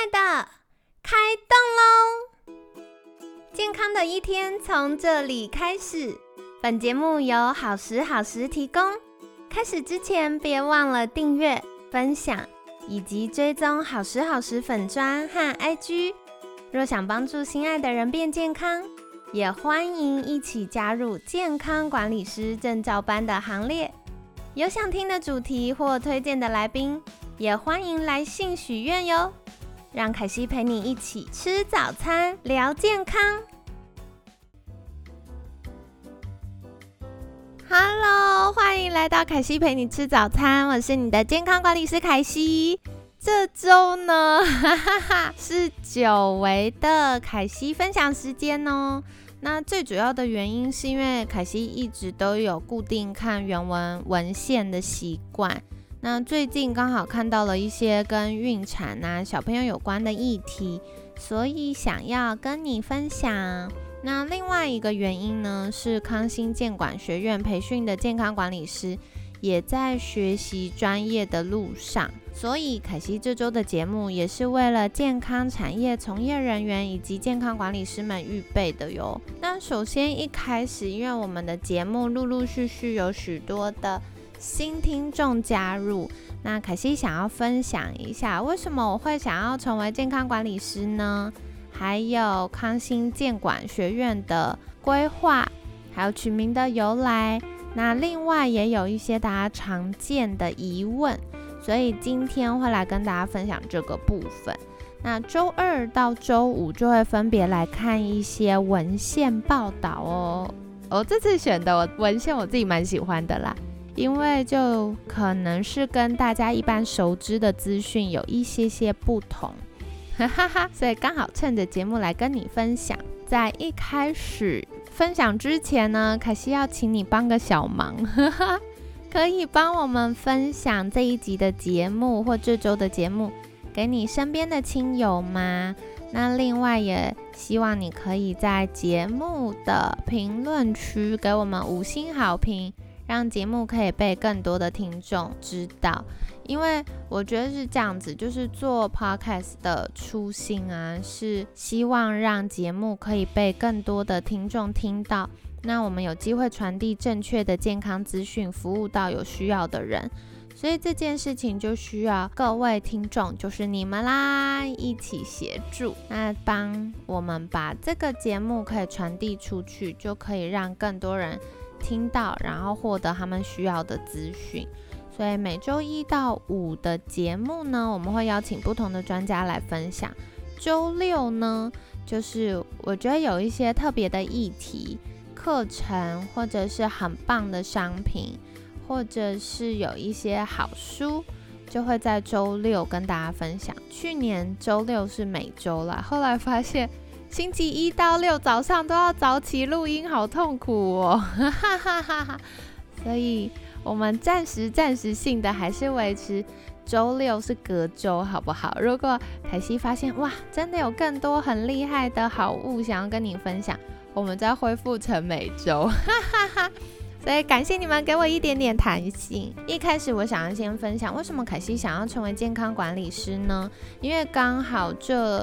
的，开动喽！健康的一天从这里开始。本节目由好时好时提供。开始之前，别忘了订阅、分享以及追踪好时好时粉专和 IG。若想帮助心爱的人变健康，也欢迎一起加入健康管理师证照班的行列。有想听的主题或推荐的来宾，也欢迎来信许愿哟。让凯西陪你一起吃早餐，聊健康。Hello， 欢迎来到凯西陪你吃早餐，我是你的健康管理师凯西。这周呢，是久违的凯西分享时间哦。那最主要的原因是因为凯西一直都有固定看原文文献的习惯。那最近刚好看到了一些跟孕产啊小朋友有关的议题，所以想要跟你分享。那另外一个原因呢，是康欣健管学院培训的健康管理师也在学习专业的路上，所以凯西这周的节目也是为了健康产业从业人员以及健康管理师们预备的哟。那首先一开始，因为我们的节目陆陆续续有许多的新听众加入，那凯西想要分享一下为什么我会想要成为健康管理师呢？还有康欣健管学院的规划，还有取名的由来。那另外也有一些大家常见的疑问，所以今天会来跟大家分享这个部分。那周二到周五就会分别来看一些文献报道哦。这次选的文献我自己蛮喜欢的啦，因为就可能是跟大家一般熟知的资讯有一些不同，所以刚好趁着节目来跟你分享。在一开始分享之前呢，凯西要请你帮个小忙，可以帮我们分享这一集的节目或这周的节目给你身边的亲友吗？那另外也希望你可以在节目的评论区给我们5星好评，让节目可以被更多的听众知道。因为我觉得是这样子，就是做 podcast 的初心啊，是希望让节目可以被更多的听众听到，那我们有机会传递正确的健康资讯，服务到有需要的人。所以这件事情就需要各位听众，就是你们啦，一起协助，那帮我们把这个节目可以传递出去，就可以让更多人听到，然后获得他们需要的资讯。所以每周1到5的节目呢，我们会邀请不同的专家来分享。周6呢，就是我觉得有一些特别的议题、课程，或者是很棒的商品，或者是有一些好书，就会在周6跟大家分享。去年周6是每周啦，后来发现星期1到6早上都要早起录音，好痛苦哦，所以我们暂时性的还是维持周6是隔周，好不好？如果凯西发现哇，真的有更多很厉害的好物想要跟你分享，我们再恢复成每周，所以感谢你们给我一点点弹性。一开始我想要先分享为什么凯西想要成为健康管理师呢？因为刚好这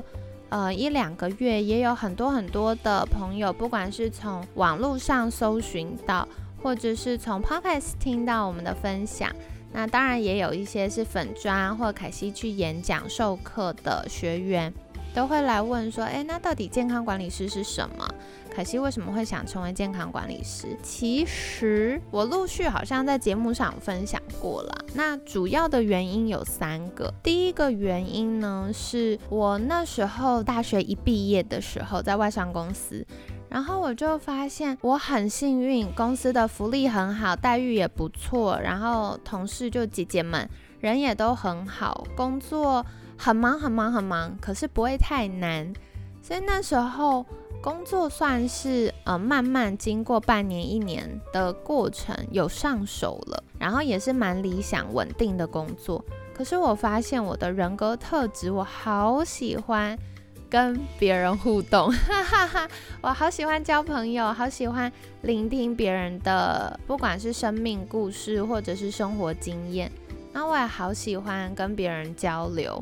1-2个月也有很多的朋友，不管是从网络上搜寻到，或者是从 podcast 听到我们的分享，那当然也有一些是粉专或凯西去演讲授课的学员，都会来问说，那到底健康管理师是什么？凯西为什么会想成为健康管理师？其实我陆续好像在节目上有分享过了。那主要的原因有3个。第一个原因呢，是我那时候大学一毕业的时候，在外商公司，然后我就发现我很幸运，公司的福利很好，待遇也不错，然后同事就姐姐们人也都很好，工作很忙，可是不会太难。所以那时候工作算是慢慢经过半年1年的过程有上手了，然后也是蛮理想稳定的工作。可是我发现我的人格特质，我好喜欢跟别人互动，我好喜欢交朋友，好喜欢聆听别人的不管是生命故事或者是生活经验，那我也好喜欢跟别人交流，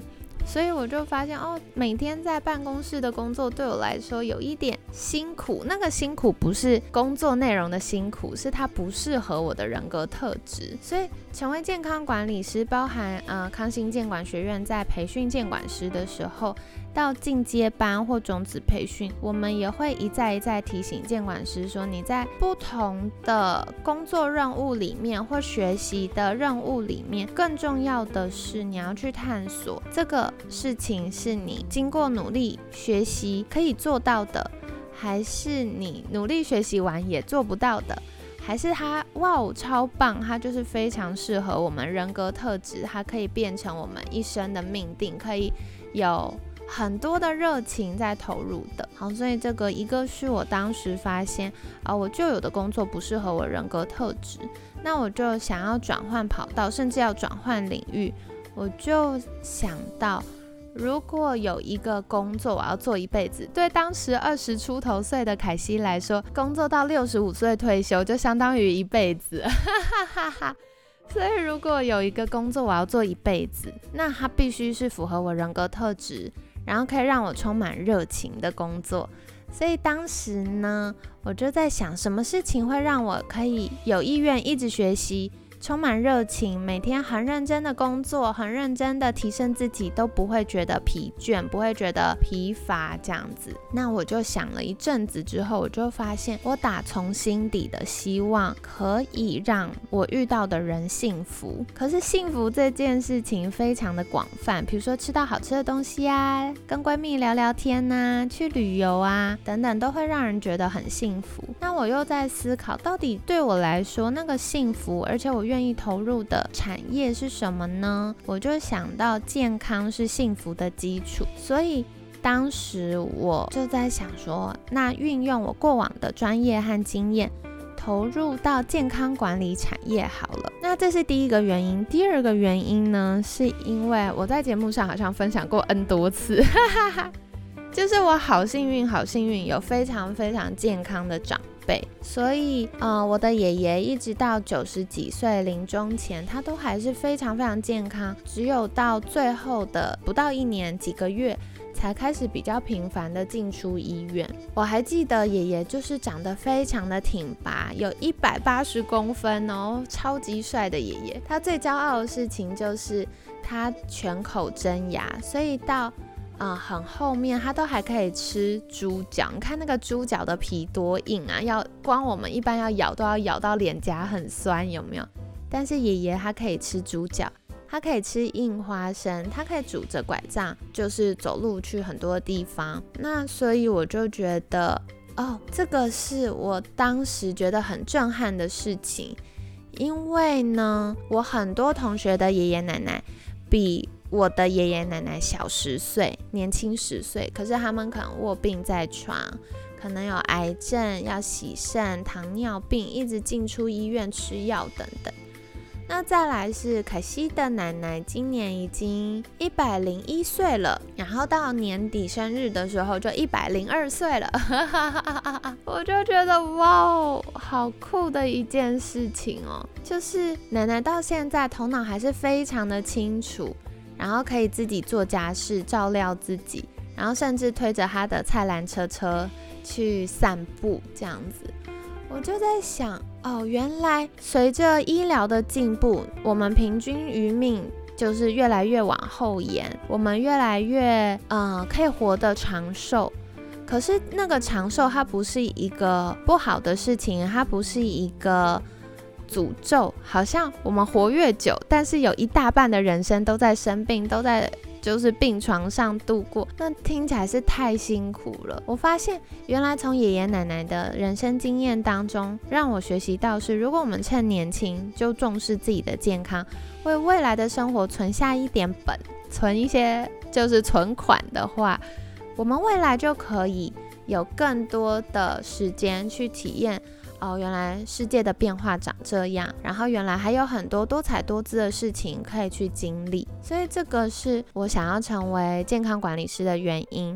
所以我就发现每天在办公室的工作对我来说有一点辛苦，那个辛苦不是工作内容的辛苦，是它不适合我的人格特质。所以成为健康管理师，包含康欣健管学院在培训健管师的时候，到进阶班或种子培训，我们也会一再提醒健管师说，你在不同的工作任务里面或学习的任务里面，更重要的是你要去探索这个事情是你经过努力学习可以做到的，还是你努力学习完也做不到的，还是它超棒，它就是非常适合我们人格特质，它可以变成我们一生的命定，可以有很多的热情在投入的。好，所以这个一个是我当时发现我就有的工作不适合我人格特质，那我就想要转换跑道，甚至要转换领域。我就想到，如果有一个工作我要做一辈子，对当时20出头岁的凯西来说，工作到65岁退休就相当于一辈子所以如果有一个工作我要做一辈子，那它必须是符合我人格特质，然后可以让我充满热情的工作。所以当时呢，我就在想，什么事情会让我可以有意愿一直学习，充满热情，每天很认真的工作，很认真的提升自己，都不会觉得疲倦，不会觉得疲乏这样子。那我就想了一阵子之后，我就发现我打从心底的希望可以让我遇到的人幸福。可是幸福这件事情非常的广泛，比如说吃到好吃的东西啊，跟闺蜜聊聊天啊，去旅游啊等等，都会让人觉得很幸福。那我又在思考，到底对我来说那个幸福，而且我愿意投入的产业是什么呢？我就想到健康是幸福的基础，所以当时我就在想说，那运用我过往的专业和经验，投入到健康管理产业好了。那这是第一个原因。第二个原因呢，是因为我在节目上好像分享过 N 多次就是我好幸运有非常非常健康的长辈，所以我的爷爷一直到90几岁临终前，他都还是非常非常健康，只有到最后的不到1年几个月才开始比较频繁的进出医院。我还记得爷爷就是长得非常的挺拔，有180公分哦，超级帅的爷爷。他最骄傲的事情就是他全口真牙，所以到很后面他都还可以吃猪脚。你看那个猪脚的皮多硬啊，光我们一般要咬都要咬到脸颊很酸，有没有？但是爷爷他可以吃猪脚，他可以吃硬花生，他可以拄着拐杖就是走路去很多地方。那所以我就觉得这个是我当时觉得很震撼的事情。因为呢，我很多同学的爷爷奶奶比我的爷爷奶奶小10岁，年轻10岁，可是他们可能卧病在床，可能有癌症要洗肾，糖尿病一直进出医院吃药等等。那再来是凯西的奶奶，今年已经101岁了，然后到年底生日的时候就102岁了我就觉得哇，好酷的一件事情哦，就是奶奶到现在头脑还是非常的清楚，然后可以自己做家事，照料自己，然后甚至推着她的菜篮车去散步这样子。我就在想原来随着医疗的进步，我们平均余命就是越来越往后延，我们越来越可以活得长寿。可是那个长寿它不是一个不好的事情，它不是一个诅咒，好像我们活越久，但是有一大半的人生都在生病，都在就是病床上度过，那听起来是太辛苦了。我发现原来从爷爷奶奶的人生经验当中，让我学习到是，如果我们趁年轻就重视自己的健康，为未来的生活存下一点本，存一些就是存款的话，我们未来就可以有更多的时间去体验原来世界的变化长这样，然后原来还有很多多彩多姿的事情可以去经历。所以这个是我想要成为健康管理师的原因。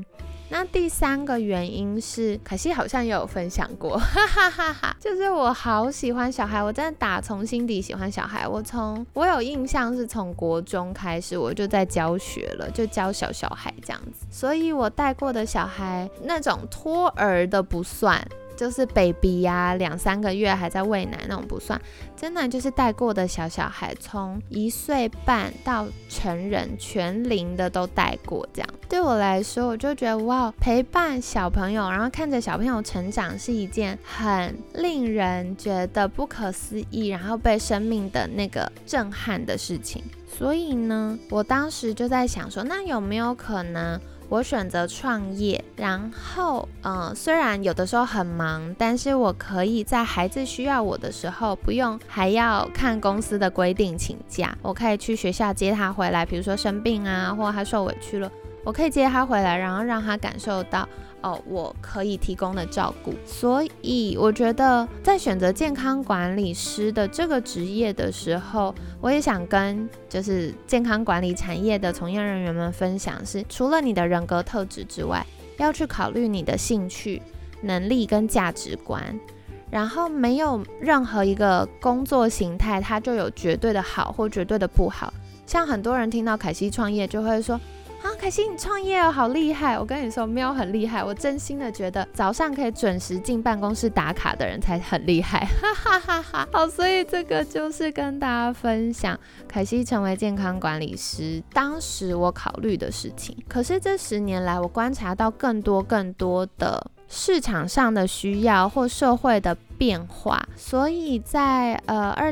那第3个原因是凯西好像也有分享过，哈哈哈哈，就是我好喜欢小孩，我真的打从心底喜欢小孩。我有印象是从国中开始我就在教学了，就教小孩这样子，所以我带过的小孩那种托儿的不算，就是 baby 啊2-3个月还在喂奶那种不算，真的就是带过的小孩，从1岁半到成人全龄的都带过这样。对我来说，我就觉得哇，陪伴小朋友，然后看着小朋友成长是一件很令人觉得不可思议，然后被生命的那个震撼的事情。所以呢，我当时就在想说，那有没有可能我选择创业，然后虽然有的时候很忙，但是我可以在孩子需要我的时候，不用还要看公司的规定请假，我可以去学校接他回来，比如说生病啊，或他受委屈了，我可以接他回来，然后让他感受到我可以提供的照顾。所以我觉得在选择健康管理师的这个职业的时候，我也想跟就是健康管理产业的从业人员们分享是，除了你的人格特质之外，要去考虑你的兴趣、能力跟价值观。然后没有任何一个工作形态它就有绝对的好或绝对的不好。像很多人听到凯西创业就会说凯西你创业好厉害。我跟你说没有很厉害，我真心的觉得早上可以准时进办公室打卡的人才很厉害，哈哈哈哈。好，所以这个就是跟大家分享凯西成为健康管理师当时我考虑的事情。可是这10年来我观察到更多的市场上的需要或社会的变化，所以在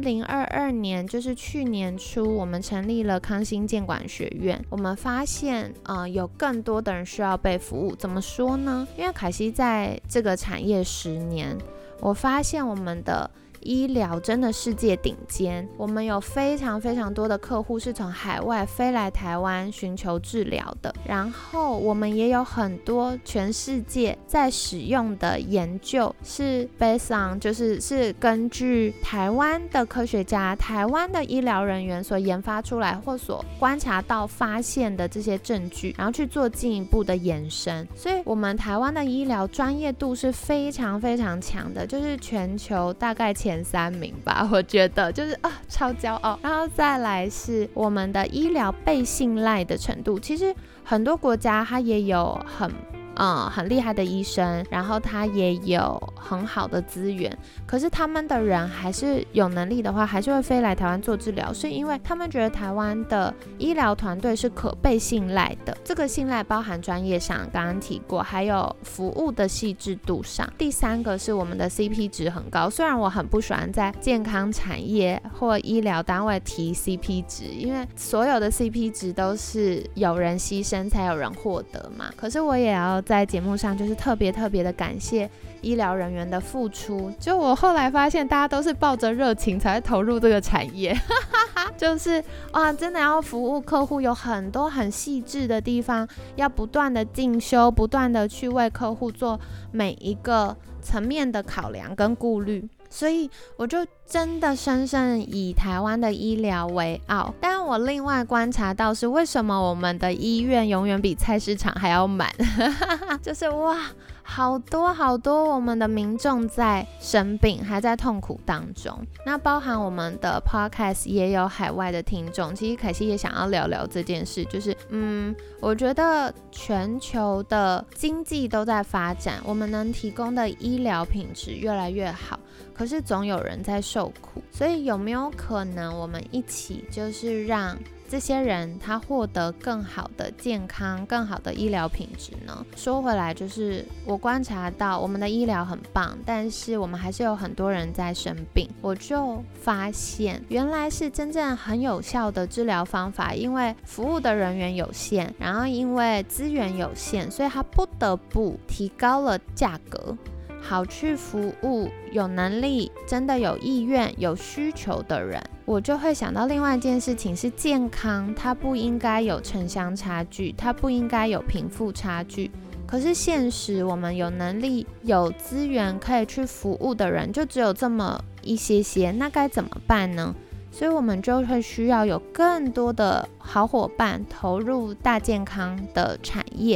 2022年，就是去年初，我们成立了康欣健管学院。我们发现有更多的人需要被服务。怎么说呢？因为凯西在这个产业10年，我发现我们的医疗真的世界顶尖，我们有非常非常多的客户是从海外飞来台湾寻求治疗的，然后我们也有很多全世界在使用的研究是 based on 是根据台湾的科学家、台湾的医疗人员所研发出来或所观察到发现的这些证据，然后去做进一步的延伸。所以我们台湾的医疗专业度是非常非常强的，就是全球大概前3名吧，我觉得就是超骄傲。然后再来是我们的医疗被信赖的程度，其实很多国家它也有很厉害的医生，然后他也有很好的资源，可是他们的人还是有能力的话，还是会飞来台湾做治疗，是因为他们觉得台湾的医疗团队是可被信赖的。这个信赖包含专业上，刚刚提过，还有服务的细致度上。第3个是我们的 CP 值很高，虽然我很不喜欢在健康产业或医疗单位提 CP 值，因为所有的 CP 值都是有人牺牲才有人获得嘛，可是我也要在节目上就是特别的感谢医疗人员的付出。就我后来发现大家都是抱着热情才会投入这个产业就是真的要服务客户，有很多很细致的地方，要不断的进修，不断的去为客户做每一个层面的考量跟顾虑。所以我就真的深深以台湾的医疗为傲。但我另外观察到是，为什么我们的医院永远比菜市场还要满就是好多我们的民众在生病，还在痛苦当中。那包含我们的 podcast 也有海外的听众，其实凯西也想要聊聊这件事，就是我觉得全球的经济都在发展，我们能提供的医疗品质越来越好，可是总有人在受苦。所以有没有可能我们一起就是让这些人他获得更好的健康、更好的医疗品质呢？说回来，就是我观察到我们的医疗很棒，但是我们还是有很多人在生病。我就发现原来是真正很有效的治疗方法，因为服务的人员有限，然后因为资源有限，所以他不得不提高了价格，好去服务有能力、真的有意愿、有需求的人。我就会想到另外一件事情是，健康它不应该有城乡差距，它不应该有贫富差距。可是现实，我们有能力、有资源可以去服务的人就只有这么一些，那该怎么办呢？所以我们就会需要有更多的好伙伴投入大健康的产业，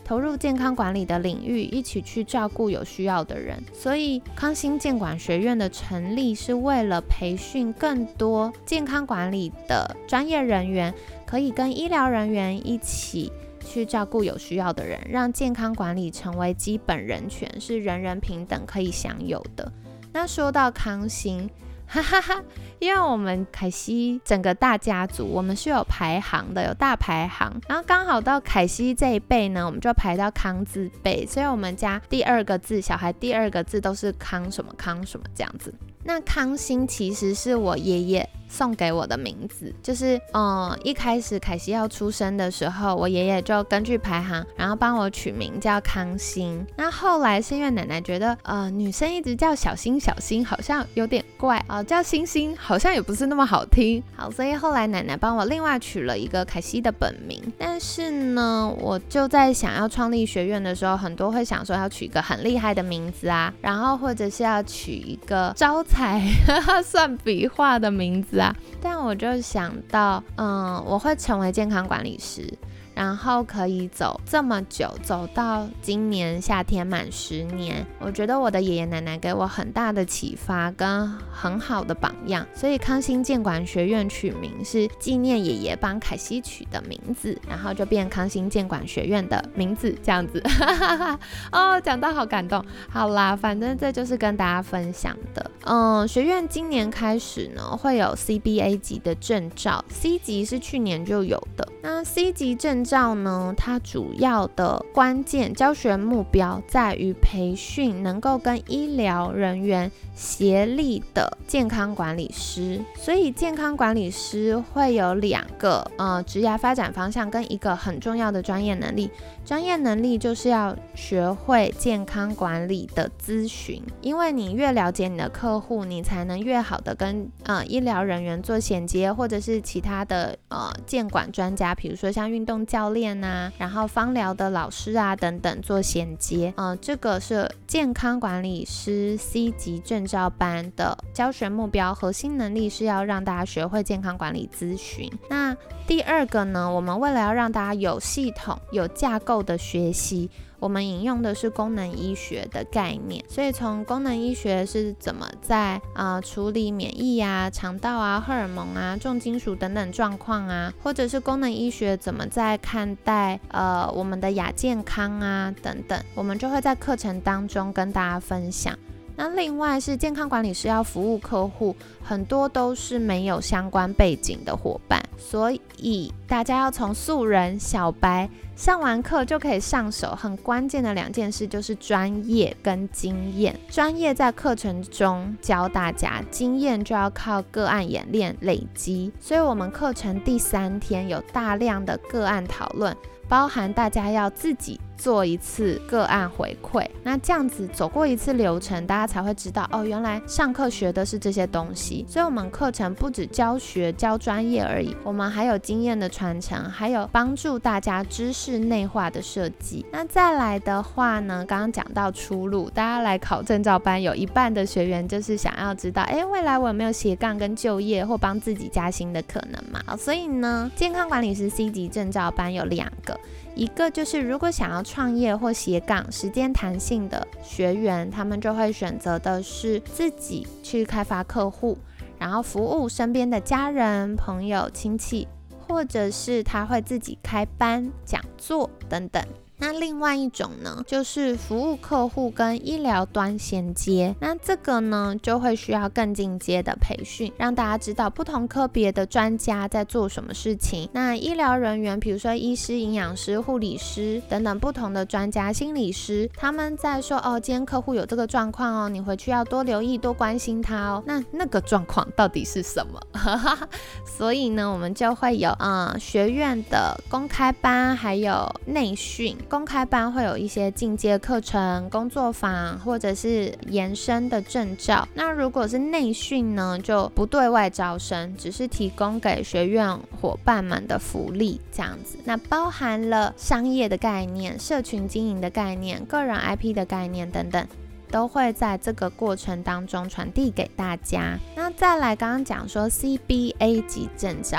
投入健康管理的领域，一起去照顾有需要的人。所以康欣健管学院的成立是为了培训更多健康管理的专业人员，可以跟医疗人员一起去照顾有需要的人，让健康管理成为基本人权，是人人平等可以享有的。那说到康欣，因为我们凯西整个大家族，我们是有排行的，有大排行，然后刚好到凯西这一辈呢，我们就排到康字辈，所以我们家第二个字，小孩第二个字都是康什么康什么这样子。那康欣其实是我爷爷送给我的名字，就是一开始凯西要出生的时候，我爷爷就根据排行，然后帮我取名叫康欣。那后来是因为奶奶觉得女生一直叫小欣小欣好像有点怪叫欣欣好像也不是那么好听，好，所以后来奶奶帮我另外取了一个凯西的本名。但是呢，我就在想要创立学院的时候，很多会想说要取一个很厉害的名字啊，然后或者是要取一个招财算笔画的名字啊，但我就想到我会成为健康管理师，然后可以走这么久，走到今年夏天满10年，我觉得我的爷爷奶奶给我很大的启发跟很好的榜样，所以康欣健管学院取名是纪念爷爷帮凯西取的名字，然后就变康欣健管学院的名字这样子讲到好感动。好啦，反正这就是跟大家分享的。学院今年开始呢会有 CBA 级的证照， C 级是去年就有的。那 C 级证照呢，它主要的关键教学目标在于培训能够跟医疗人员协力的健康管理师，所以健康管理师会有2个职业发展方向跟一个很重要的专业能力。专业能力就是要学会健康管理的咨询，因为你越了解你的客户，你才能越好的跟医疗人员做衔接，或者是其他的健管专家，比如说像运动教练啊，然后芳疗的老师啊等等做衔接。这个是健康管理师 C 级证照班的教学目标，核心能力是要让大家学会健康管理咨询。那第2个呢，我们为了要让大家有系统有架构的学习，我们引用的是功能医学的概念，所以从功能医学是怎么在处理免疫啊、肠道啊、荷尔蒙啊、重金属等等状况啊，或者是功能医学怎么在看待我们的亚健康啊等等，我们就会在课程当中跟大家分享。那另外是健康管理师要服务客户，很多都是没有相关背景的伙伴，所以大家要从素人小白上完课就可以上手。很关键的2件事就是专业跟经验，专业在课程中教大家，经验就要靠个案演练累积。所以我们课程第3天有大量的个案讨论，包含大家要自己做一次个案回馈，那这样子走过一次流程，大家才会知道原来上课学的是这些东西。所以我们课程不只教学教专业而已，我们还有经验的传承，还有帮助大家知识内化的设计。那再来的话呢，刚刚讲到出路，大家来考证照班有一半的学员就是想要知道未来我有没有斜杠跟就业或帮自己加薪的可能嘛？好，所以呢健康管理师 C 级证照班有2个，一个就是如果想要创业或斜杠时间弹性的学员，他们就会选择的是自己去开发客户，然后服务身边的家人、朋友、亲戚，或者是他会自己开班、讲座等等。那另外一种呢，就是服务客户跟医疗端衔接，那这个呢就会需要更进阶的培训，让大家知道不同科别的专家在做什么事情。那医疗人员，比如说医师、营养师、护理师等等不同的专家，心理师，他们在说今天客户有这个状况你回去要多留意多关心他那个状况到底是什么所以呢我们就会有学院的公开班还有内训。公开班会有一些进阶课程、工作坊或者是延伸的证照。那如果是内训呢，就不对外招生，只是提供给学院伙伴们的福利这样子。那包含了商业的概念、社群经营的概念、个人 IP 的概念等等，都会在这个过程当中传递给大家。那再来刚刚讲说 CBA 级证照，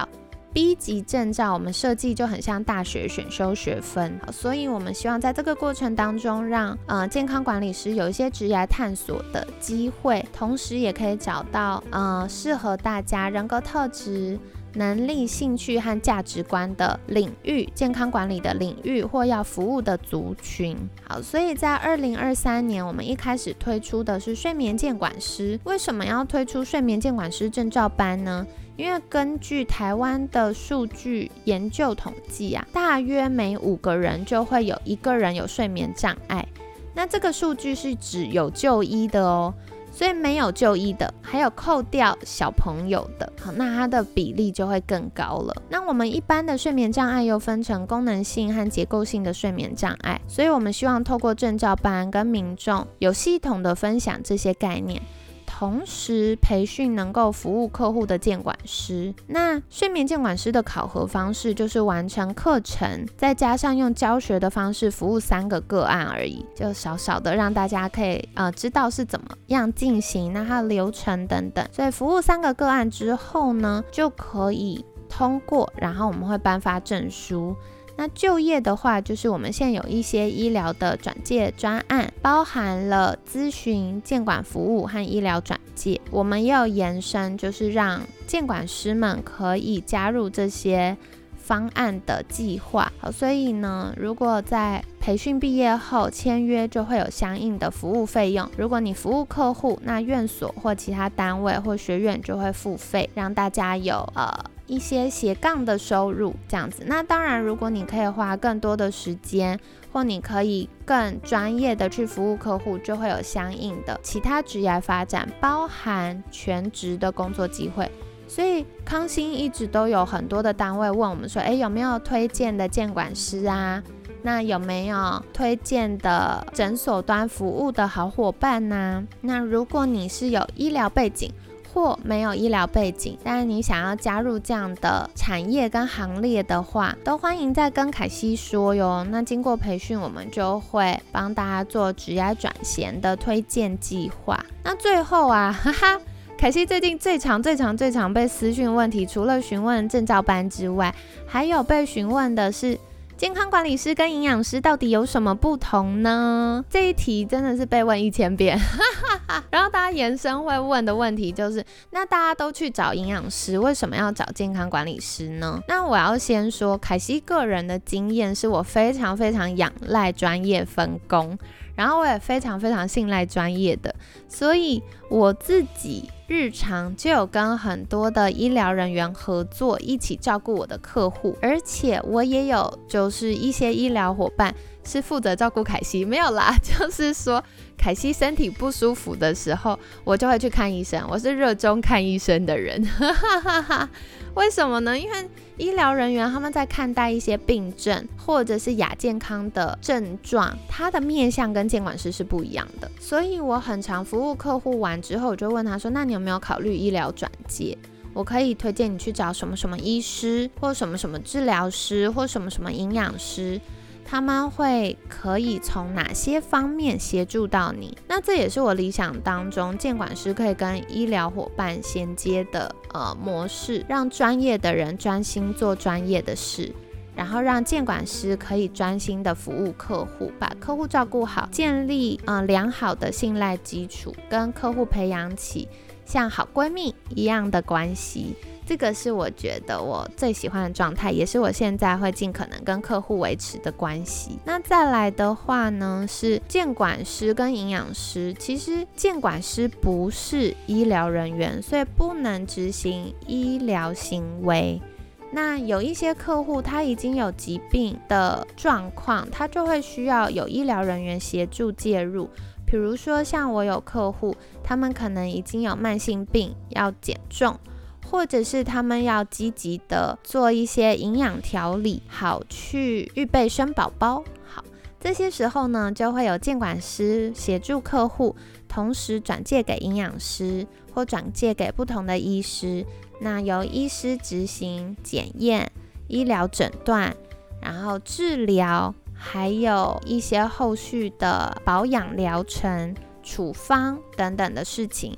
B 级证照我们设计就很像大学选修学分，所以我们希望在这个过程当中让健康管理师有一些职业探索的机会，同时也可以找到适合大家人格特质、能力、兴趣和价值观的领域，健康管理的领域或要服务的族群。好，所以在2023年我们一开始推出的是睡眠监管师。为什么要推出睡眠监管师证照班呢？因为根据台湾的数据研究统计大约每5个人就会有1个人有睡眠障碍。那这个数据是指有就医的哦，所以没有就医的，还有扣掉小朋友的，好，那它的比例就会更高了。那我们一般的睡眠障碍又分成功能性和结构性的睡眠障碍，所以我们希望透过证照班跟民众有系统的分享这些概念，同时培训能够服务客户的监管师。那睡眠监管师的考核方式就是完成课程，再加上用教学的方式服务3个个案而已，就少少的让大家可以知道是怎么样进行，那它的流程等等。所以服务3个个案之后呢，就可以通过，然后我们会颁发证书。那就业的话，就是我们现在有一些医疗的转介专案，包含了咨询、监管服务和医疗转介。我们也有延伸，就是让监管师们可以加入这些方案的计划。好，所以呢，如果在培训毕业后签约，就会有相应的服务费用。如果你服务客户，那院所或其他单位或学院就会付费，让大家有一些斜杠的收入这样子。那当然，如果你可以花更多的时间，或你可以更专业的去服务客户，就会有相应的其他职业发展，包含全职的工作机会。所以康欣一直都有很多的单位问我们说，有没有推荐的监管师啊？那有没有推荐的诊所端服务的好伙伴啊？那如果你是有医疗背景或没有医疗背景，但是你想要加入这样的产业跟行列的话，都欢迎再跟凯西说哟。那经过培训，我们就会帮大家做职业转衔的推荐计划。那最后凯西最近最常被私讯问题，除了询问证照班之外，还有被询问的是健康管理师跟营养师到底有什么不同呢？这一题真的是被问1000遍然后大家延伸会问的问题就是，那大家都去找营养师，为什么要找健康管理师呢？那我要先说，凯西个人的经验是我非常非常仰赖专业分工，然后我也非常非常信赖专业的，所以我自己日常就有跟很多的医疗人员合作，一起照顾我的客户，而且我也有就是一些医疗伙伴是负责照顾凯西，没有啦，就是说凯西身体不舒服的时候，我就会去看医生，我是热衷看医生的人为什么呢？因为医疗人员他们在看待一些病症或者是亚健康的症状，他的面向跟监管师是不一样的，所以我很常服务客户完之后，我就问他说，那你有没有考虑医疗转介？我可以推荐你去找什么什么医师，或什么什么治疗师，或什么什么营养师，他们会可以从哪些方面协助到你。那这也是我理想当中监管师可以跟医疗伙伴衔接的模式，让专业的人专心做专业的事，然后让监管师可以专心的服务客户，把客户照顾好，建立良好的信赖基础，跟客户培养起像好闺蜜一样的关系。这个是我觉得我最喜欢的状态，也是我现在会尽可能跟客户维持的关系。那再来的话呢，是监管师跟营养师。其实监管师不是医疗人员，所以不能执行医疗行为。那有一些客户他已经有疾病的状况，他就会需要有医疗人员协助介入。比如说像我有客户，他们可能已经有慢性病要减重，或者是他们要积极的做一些营养调理，好去预备生宝宝。好，这些时候呢，就会有监管师协助客户，同时转介给营养师或转介给不同的医师，那由医师执行检验、医疗诊断，然后治疗，还有一些后续的保养疗程、处方等等的事情。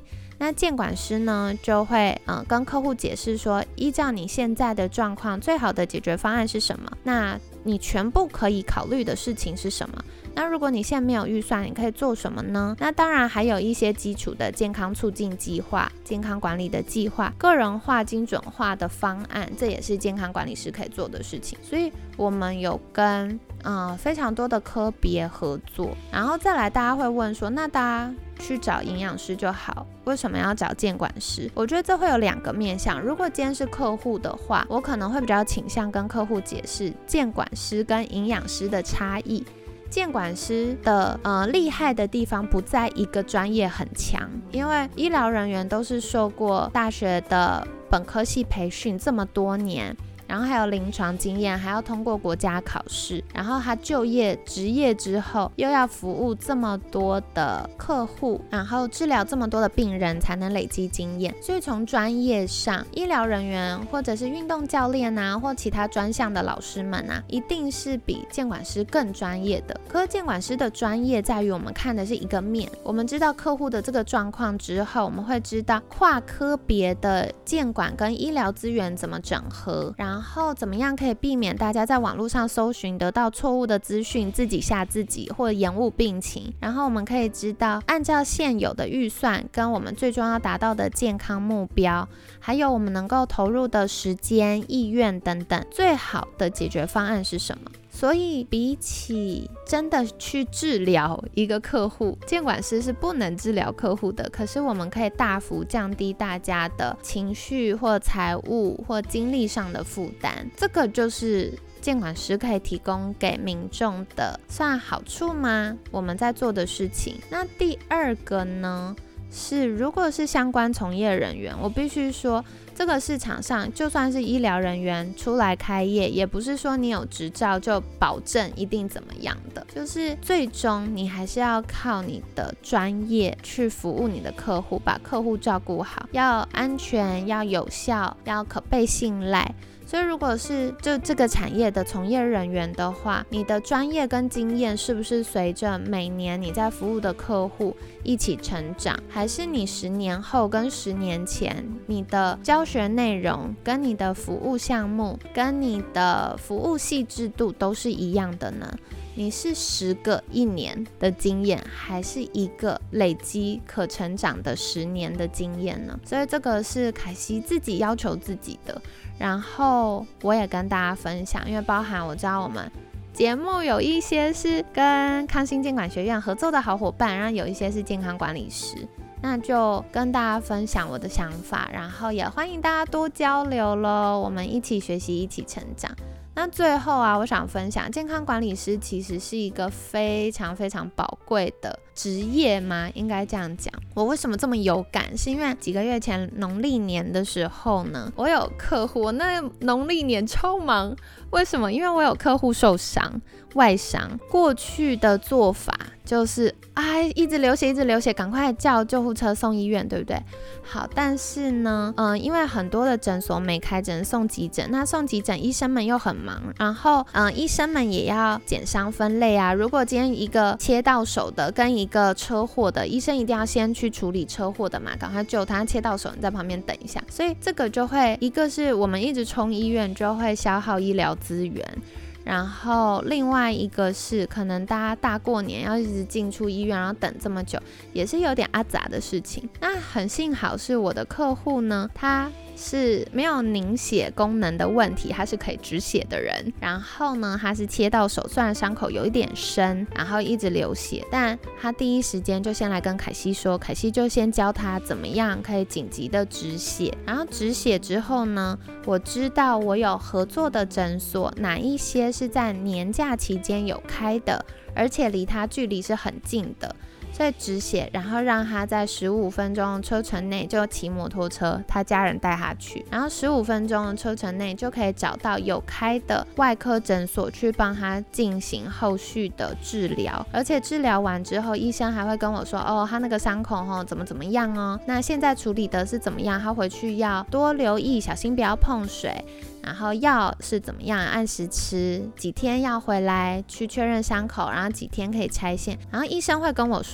那监管师呢就会跟客户解释说，依照你现在的状况，最好的解决方案是什么，那你全部可以考虑的事情是什么，那如果你现在没有预算，你可以做什么呢？那当然还有一些基础的健康促进计划、健康管理的计划、个人化精准化的方案，这也是健康管理师可以做的事情。所以我们有跟非常多的科别合作。然后再来大家会问说，那大家去找营养师就好，为什么要找监管师？我觉得这会有2个面向。如果今天是客户的话，我可能会比较倾向跟客户解释监管师跟营养师的差异。监管师的厉害的地方不在一个专业很强，因为医疗人员都是受过大学的本科系培训这么多年，然后还有临床经验，还要通过国家考试，然后他就业职业之后又要服务这么多的客户，然后治疗这么多的病人，才能累积经验。所以从专业上，医疗人员或者是运动教练啊，或其他专项的老师们啊，一定是比监管师更专业的。可是监管师的专业在于我们看的是一个面，我们知道客户的这个状况之后，我们会知道跨科别的监管跟医疗资源怎么整合，然后怎么样可以避免大家在网络上搜寻得到错误的资讯，自己吓自己或延误病情。然后我们可以知道按照现有的预算跟我们最终要达到的健康目标，还有我们能够投入的时间、意愿等等，最好的解决方案是什么。所以比起真的去治疗一个客户，监管师是不能治疗客户的，可是我们可以大幅降低大家的情绪或财务或精力上的负担，这个就是监管师可以提供给民众的算好处吗？我们在做的事情。那第2个呢，是如果是相关从业人员，我必须说这个市场上就算是医疗人员出来开业，也不是说你有执照就保证一定怎么样的，就是最终你还是要靠你的专业去服务你的客户，把客户照顾好，要安全，要有效，要可被信赖。所以如果是就这个产业的从业人员的话，你的专业跟经验是不是随着每年你在服务的客户一起成长，还是你10年后跟10年前你的教学内容跟你的服务项目跟你的服务细致度都是一样的呢？你是10个1年的经验，还是一个累积可成长的10年的经验呢？所以这个是凯西自己要求自己的，然后我也跟大家分享，因为包含我知道我们节目有一些是跟康欣监管学院合作的好伙伴，然后有一些是健康管理师，那就跟大家分享我的想法，然后也欢迎大家多交流咯，我们一起学习，一起成长。那最后啊，我想分享，健康管理师其实是一个非常非常宝贵的职业吗？应该这样讲。我为什么这么有感？是因为几个月前农历年的时候呢，我有客户，那农历年超忙。为什么？因为我有客户受伤，外伤。过去的做法就是一直流血一直流血，赶快叫救护车送医院，对不对？好，但是呢因为很多的诊所没开诊，送急诊，那送急诊医生们又很忙，然后医生们也要检伤分类啊。如果今天一个切到手的跟一个车祸的，医生一定要先去处理车祸的嘛，赶快救他，切到手你在旁边等一下。所以这个就会，一个是我们一直冲医院就会消耗医疗资源，然后另外一个是可能大家大过年要一直进出医院，然后等这么久，也是有点阿杂的事情。那很幸好是我的客户呢，他是没有凝血功能的问题，他是可以止血的人。然后呢，他是切到手，虽然伤口有一点深，然后一直流血，但他第一时间就先来跟凯西说，凯西就先教他怎么样可以紧急的止血。然后止血之后呢，我知道我有合作的诊所，哪一些是在年假期间有开的，而且离他距离是很近的。所以止血，然后让他在15分钟车程内就骑摩托车，他家人带他去，然后15分钟的车程内就可以找到有开的外科诊所去帮他进行后续的治疗。而且治疗完之后，医生还会跟我说，他那个伤口怎么样哦，那现在处理的是怎么样，他回去要多留意，小心不要碰水，然后药是怎么样按时吃，几天要回来去确认伤口，然后几天可以拆线。然后医生会跟我说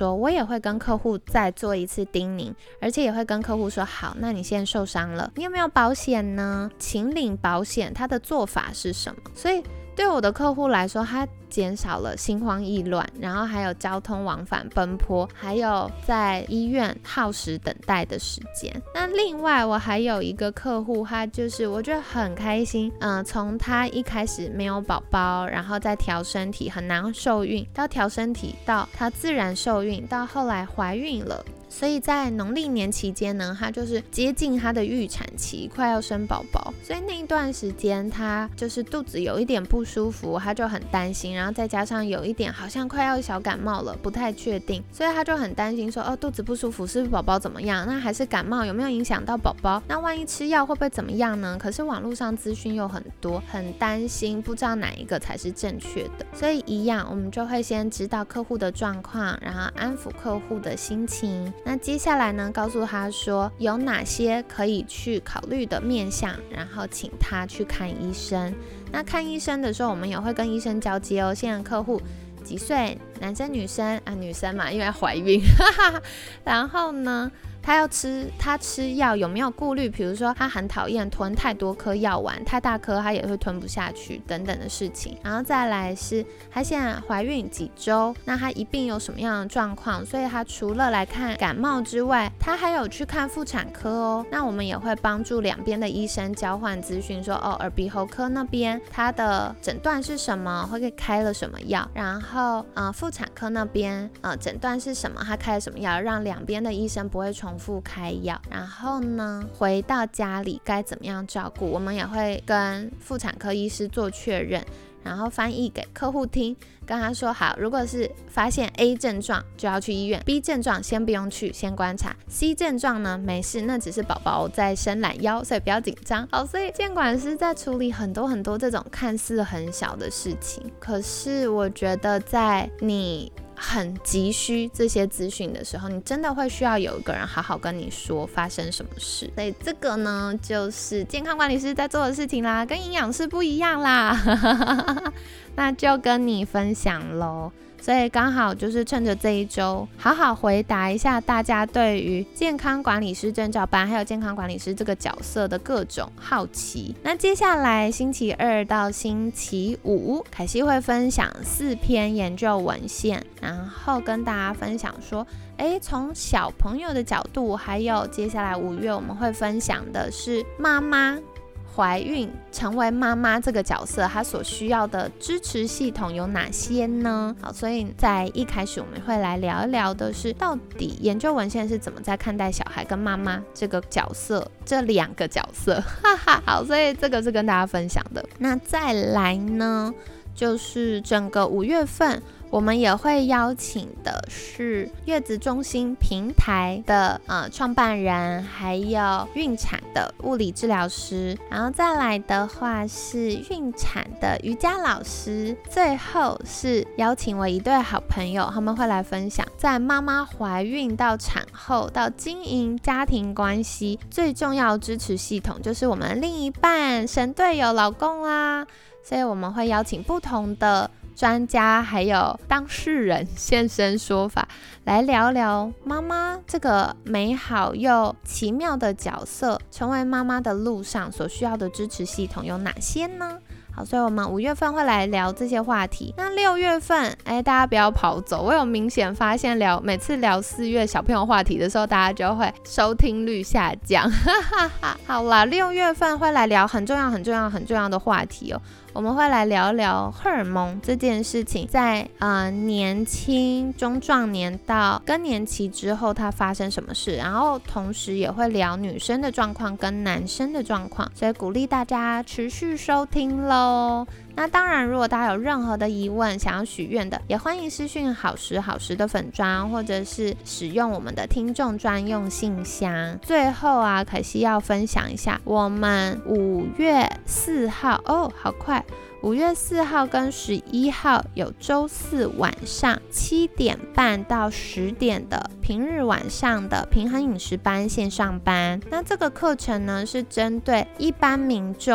说，我也会跟客户再做一次叮咛，而且也会跟客户说，好，那你现在受伤了，你有没有保险呢？请领保险，它的做法是什么？所以对我的客户来说，他减少了心慌意乱，然后还有交通往返奔波，还有在医院耗时等待的时间。那另外我还有一个客户，他就是我觉得很开心，从他一开始没有宝宝，然后再调身体很难受孕，到调身体到他自然受孕，到后来怀孕了。所以在农历年期间呢，他就是接近他的预产期，快要生宝宝，所以那一段时间他就是肚子有一点不舒服，他就很担心，然后再加上有一点好像快要小感冒了，不太确定，所以他就很担心说，肚子不舒服是不是宝宝怎么样？那还是感冒有没有影响到宝宝？那万一吃药会不会怎么样呢？可是网络上资讯又很多，很担心不知道哪一个才是正确的，所以一样我们就会先知道客户的状况，然后安抚客户的心情。那接下来呢，告诉他说有哪些可以去考虑的面向，然后请他去看医生。那看医生的时候，我们也会跟医生交接哦。现在客户几岁？男生女生啊？女生嘛，因为怀孕。然后呢，他吃药有没有顾虑？比如说他很讨厌吞太多颗药丸，太大颗他也会吞不下去等等的事情。然后再来是他现在怀孕几周，那他一并有什么样的状况？所以他除了来看感冒之外，他还有去看妇产科哦。那我们也会帮助两边的医生交换资讯，说耳鼻喉科那边他的诊断是什么，会开了什么药，然后妇产科那边诊断是什么，他开了什么药，让两边的医生不会重复开药。然后呢，回到家里该怎么样照顾，我们也会跟妇产科医师做确认，然后翻译给客户听，跟他说好，如果是发现 A 症状就要去医院， B 症状先不用去，先观察， C 症状呢没事，那只是宝宝在伸懒腰，所以不要紧张。好，所以监管师在处理很多这种看似很小的事情，可是我觉得在你很急需这些资讯的时候，你真的会需要有一个人好好跟你说发生什么事。所以这个呢，就是健康管理师在做的事情啦，跟营养师不一样啦。那就跟你分享咯。所以刚好就是趁着这一周，好好回答一下大家对于健康管理师证照班还有健康管理师这个角色的各种好奇。那接下来星期二到星期五，凯西会分享4篇研究文献，然后跟大家分享说从小朋友的角度，还有接下来5月我们会分享的是妈妈怀孕成为妈妈这个角色，她所需要的支持系统有哪些呢？好，所以在一开始我们会来聊一聊的是，到底研究文献是怎么在看待小孩跟妈妈这个角色，这2个角色。好，所以这个是跟大家分享的。那再来呢，就是整个5月份我们也会邀请的是月子中心平台的创办人，还有孕产的物理治疗师，然后再来的话是孕产的瑜伽老师，最后是邀请我一对好朋友，他们会来分享在妈妈怀孕到产后到经营家庭关系最重要的支持系统，就是我们另一半神队友老公啊。所以我们会邀请不同的专家还有当事人现身说法，来聊聊妈妈这个美好又奇妙的角色，成为妈妈的路上所需要的支持系统有哪些呢？好，所以我们5月份会来聊这些话题。那6月份大家不要跑走，我有明显发现每次聊4月小朋友话题的时候，大家就会收听率下降。好啦，6月份会来聊很重要的话题哦。我们会来聊聊荷尔蒙这件事情，在年轻中壮年到更年期之后它发生什么事，然后同时也会聊女生的状况跟男生的状况，所以鼓励大家持续收听咯。那当然，如果大家有任何的疑问想要许愿的，也欢迎私讯好时的粉专，或者是使用我们的听众专用信箱。最后啊，凯西要分享一下，我们5月4号好快，5月4号跟11号有周4晚上7点半到10点的平日晚上的平衡饮食班线上班。那这个课程呢，是针对一般民众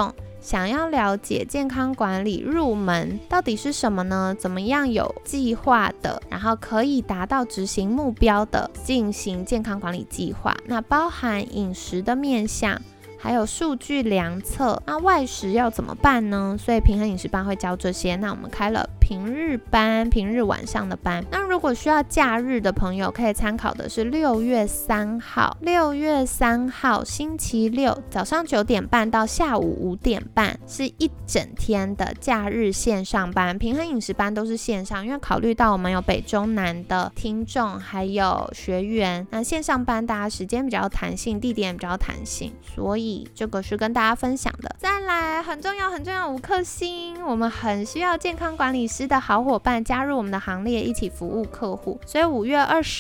想要了解健康管理入门到底是什么呢？怎么样有计划的，然后可以达到执行目标的进行健康管理计划，那包含饮食的面向，还有数据量测，那外食要怎么办呢？所以平衡饮食班会教这些。那我们开了平日班，平日晚上的班。那如果需要假日的朋友，可以参考的是6月3号，6月3号星期六早上9点半到下午5点半，是一整天的假日线上班。平衡饮食班都是线上，因为考虑到我们有北中南的听众还有学员，那线上班大家时间比较弹性，地点也比较弹性，所以这个是跟大家分享的。再来很重要5颗星，我们很需要健康管理师的好伙伴加入我们的行列，一起服务客户。所以5月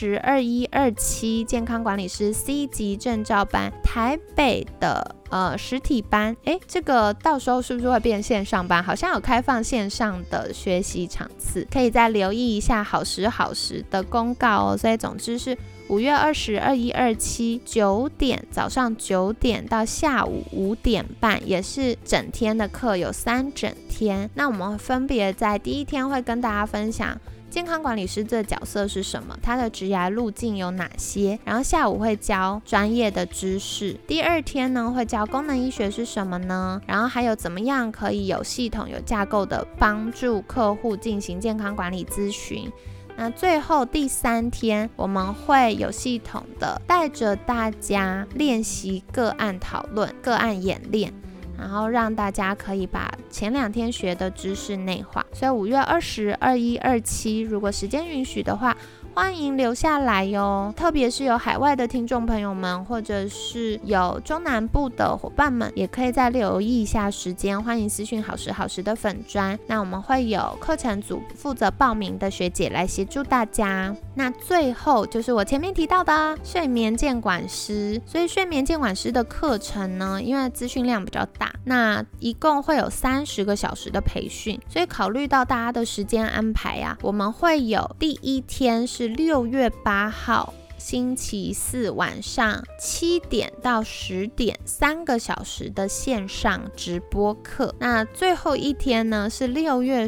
20、21、27健康管理师 C 级证照班，台北的实体班，这个到时候是不是会变线上班？好像有开放线上的学习场次，可以再留意一下好时的公告哦。所以总之是5月20、21、27 9点，早上9点到下午5点半，也是整天的课，有3整天。那我们分别在第一天会跟大家分享健康管理师这个角色是什么，他的职涯路径有哪些，然后下午会教专业的知识。第二天呢，会教功能医学是什么呢，然后还有怎么样可以有系统有架构的帮助客户进行健康管理咨询。那最后第3天，我们会有系统的带着大家练习个案讨论、个案演练，然后让大家可以把前2天学的知识内化。所以5月20、21、27，如果时间允许的话，欢迎留下来哟。特别是有海外的听众朋友们，或者是有中南部的伙伴们，也可以再留意一下时间，欢迎私讯好时的粉专。那我们会有课程组负责报名的学姐来协助大家。那最后就是我前面提到的睡眠监管师，所以睡眠监管师的课程呢，因为资讯量比较大，那一共会有30个小时的培训，所以考虑到大家的时间安排啊，我们会有第一天是6月8号星期四晚上7点到10点3个小时的线上直播课。那最后一天呢是6月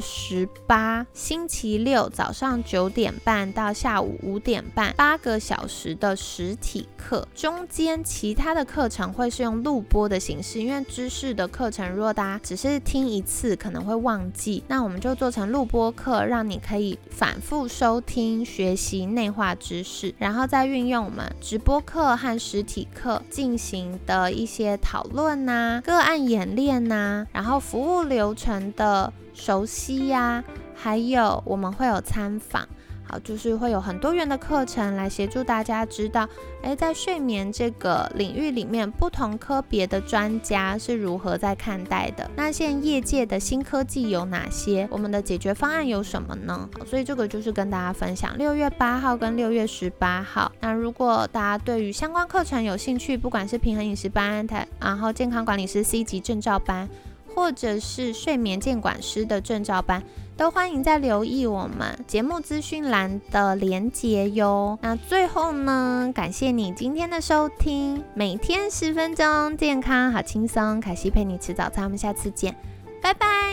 18星期六早上9点半到下午5点半8个小时的实体课。中间其他的课程会是用录播的形式，因为知识的课程如果大家只是听一次可能会忘记，那我们就做成录播课，让你可以反复收听学习内化知识，然后再运用我们直播课和实体课进行的一些讨论啊、个案演练啊，然后服务流程的熟悉啊，还有我们会有参访。好，就是会有很多元的课程来协助大家知道，在睡眠这个领域里面，不同科别的专家是如何在看待的。那现在业界的新科技有哪些？我们的解决方案有什么呢？所以这个就是跟大家分享6月8号跟6月18号。那如果大家对于相关课程有兴趣，不管是平衡饮食班，然后健康管理师 C 级证照班，或者是睡眠监管师的证照班，都欢迎再留意我们节目资讯栏的连结哟。那最后呢，感谢你今天的收听，每天10分钟，健康好轻松，凯西陪你吃早餐，我们下次见，拜拜。